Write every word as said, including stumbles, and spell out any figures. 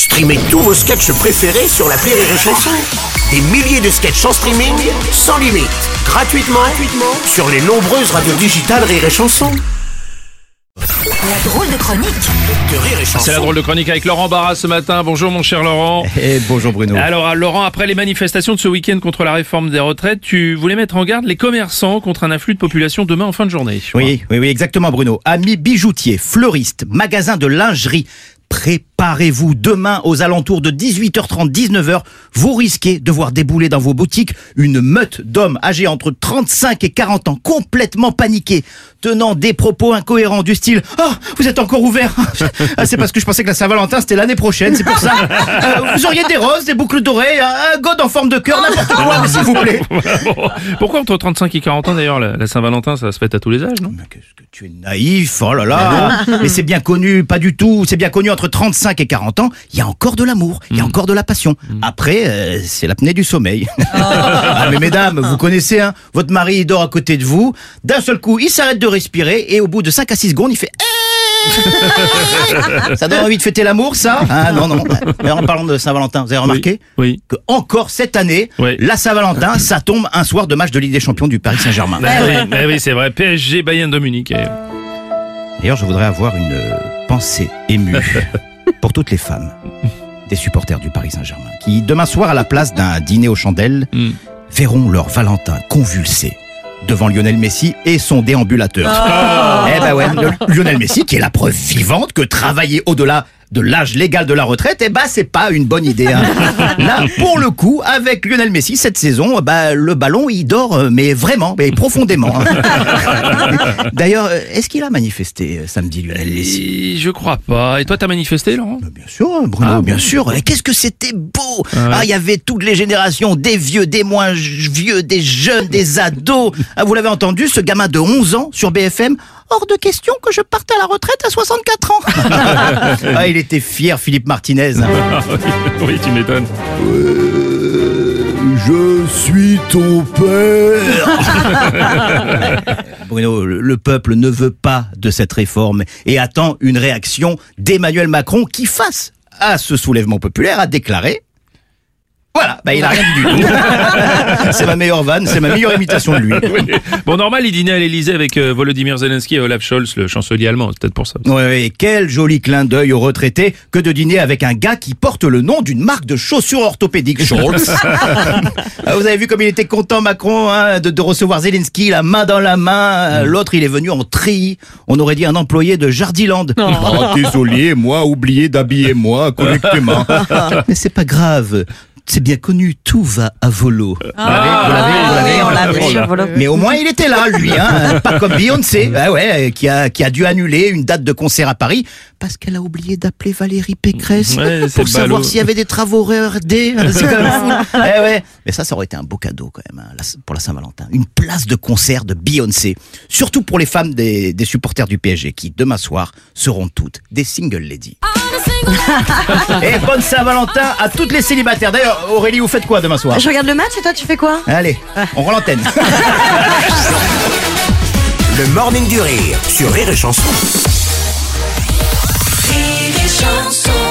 Streamez tous vos sketchs préférés sur l'appli Rire et Chanson. Des milliers de sketchs en streaming, sans limite, gratuitement, gratuitement sur les nombreuses radios digitales Rire et Chanson. La drôle de chronique De Rire et Chanson. C'est la drôle de chronique avec Laurent Barra ce matin. Bonjour mon cher Laurent. Et bonjour Bruno. Alors Laurent, après les manifestations de ce week-end contre la réforme des retraites, tu voulais mettre en garde les commerçants contre un afflux de population demain en fin de journée. Oui, oui, oui, exactement Bruno. Amis bijoutiers, fleuristes, magasins de lingerie, préparez-vous, demain aux alentours de dix-huit heures trente, dix-neuf heures, vous risquez de voir débouler dans vos boutiques une meute d'hommes âgés entre trente-cinq et quarante ans, complètement paniqués, tenant des propos incohérents du style « Oh, vous êtes encore ouvert !» Ah, c'est parce que je pensais que la Saint-Valentin c'était l'année prochaine, c'est pour ça. Euh, vous auriez des roses, des boucles dorées, un god en forme de cœur, n'importe quoi, mais s'il vous plaît. Bon, pourquoi entre trente-cinq et quarante ans d'ailleurs, la, la Saint-Valentin ça se fête à tous les âges, non? Mais qu'est-ce que tu es naïf, oh là là. Mais c'est bien connu, pas du tout, c'est bien connu entre trente-cinq et quarante ans, il y a encore de l'amour, il y a encore de la passion. Après, euh, c'est l'apnée du sommeil. Ah mais mesdames, vous connaissez, hein, votre mari il dort à côté de vous, d'un seul coup il s'arrête de respirer et au bout de cinq à six secondes il fait ça donne envie de fêter l'amour, ça? Ah non, non. Mais en parlant de Saint-Valentin, vous avez remarqué oui, oui. que encore cette année, oui. la Saint-Valentin, ça tombe un soir de match de Ligue des Champions du Paris Saint-Germain. Bah, oui, bah, oui, c'est vrai. P S G Bayern de Munich. Et... D'ailleurs, je voudrais avoir une euh, pensée émue pour toutes les femmes des supporters du Paris Saint-Germain qui, demain soir, à la place d'un dîner aux chandelles, mm. verront leur Valentin convulsé devant Lionel Messi et son déambulateur. Oh. Eh ben ouais, le, Lionel Messi qui est la preuve vivante que travailler au-delà de l'âge légal de la retraite, eh ben c'est pas une bonne idée. Hein. Là, pour le coup, avec Lionel Messi cette saison, bah le ballon il dort, mais vraiment, mais profondément. Hein. D'ailleurs, est-ce qu'il a manifesté samedi, Lionel Messi? Je crois pas. Et toi, t'as manifesté, Laurent? Bien sûr, Bruno, ah, bien bon. sûr. Et qu'est-ce que c'était beau! Ah, ouais. Ah, il y avait toutes les générations, des vieux, des moins vieux, des jeunes, des ados. Ah, vous l'avez entendu, ce gamin de onze ans sur B F M. Hors de question que je parte à la retraite à soixante-quatre ans. Ah, il était fier, Philippe Martinez. Oui, tu m'étonnes. Euh, je suis ton père. Bruno, le peuple ne veut pas de cette réforme et attend une réaction d'Emmanuel Macron qui, face à ce soulèvement populaire, a déclaré... Voilà, bah il a rien dit du tout. C'est ma meilleure vanne, c'est ma meilleure imitation de lui. Oui. Bon, normal, il dînait à l'Elysée avec euh, Volodymyr Zelensky et Olaf Scholz, le chancelier allemand, c'est peut-être pour ça. Oui, oui, quel joli clin d'œil aux retraités que de dîner avec un gars qui porte le nom d'une marque de chaussures orthopédiques, Scholz. Vous avez vu comme il était content, Macron, hein, de, de recevoir Zelensky, la main dans la main. L'autre, il est venu en tri. On aurait dit un employé de Jardiland. Oh. Oh, désolé, moi, oublié d'habiller moi correctement. Mais c'est pas grave. C'est bien connu, tout va à volo. Ah, vous l'avez, vous l'avez, vous l'avez, on l'a, volo. Mais au moins il était là, lui, hein, pas comme Beyoncé, ah ouais, qui a qui a dû annuler une date de concert à Paris parce qu'elle a oublié d'appeler Valérie Pécresse ouais, pour savoir ballot. S'il y avait des travaux R D. C'est quand même fou. Eh ouais. Mais ça, ça aurait été un beau cadeau quand même hein, pour la Saint-Valentin. Une place de concert de Beyoncé, surtout pour les femmes des, des supporters du P S G qui demain soir seront toutes des single ladies. Et bonne Saint-Valentin à toutes les célibataires. D'ailleurs, Aurélie, vous faites quoi demain soir? Je regarde le match et toi tu fais quoi? Allez, on rend l'antenne. Le morning du rire sur Rire et Chanson. Rire et Chanson.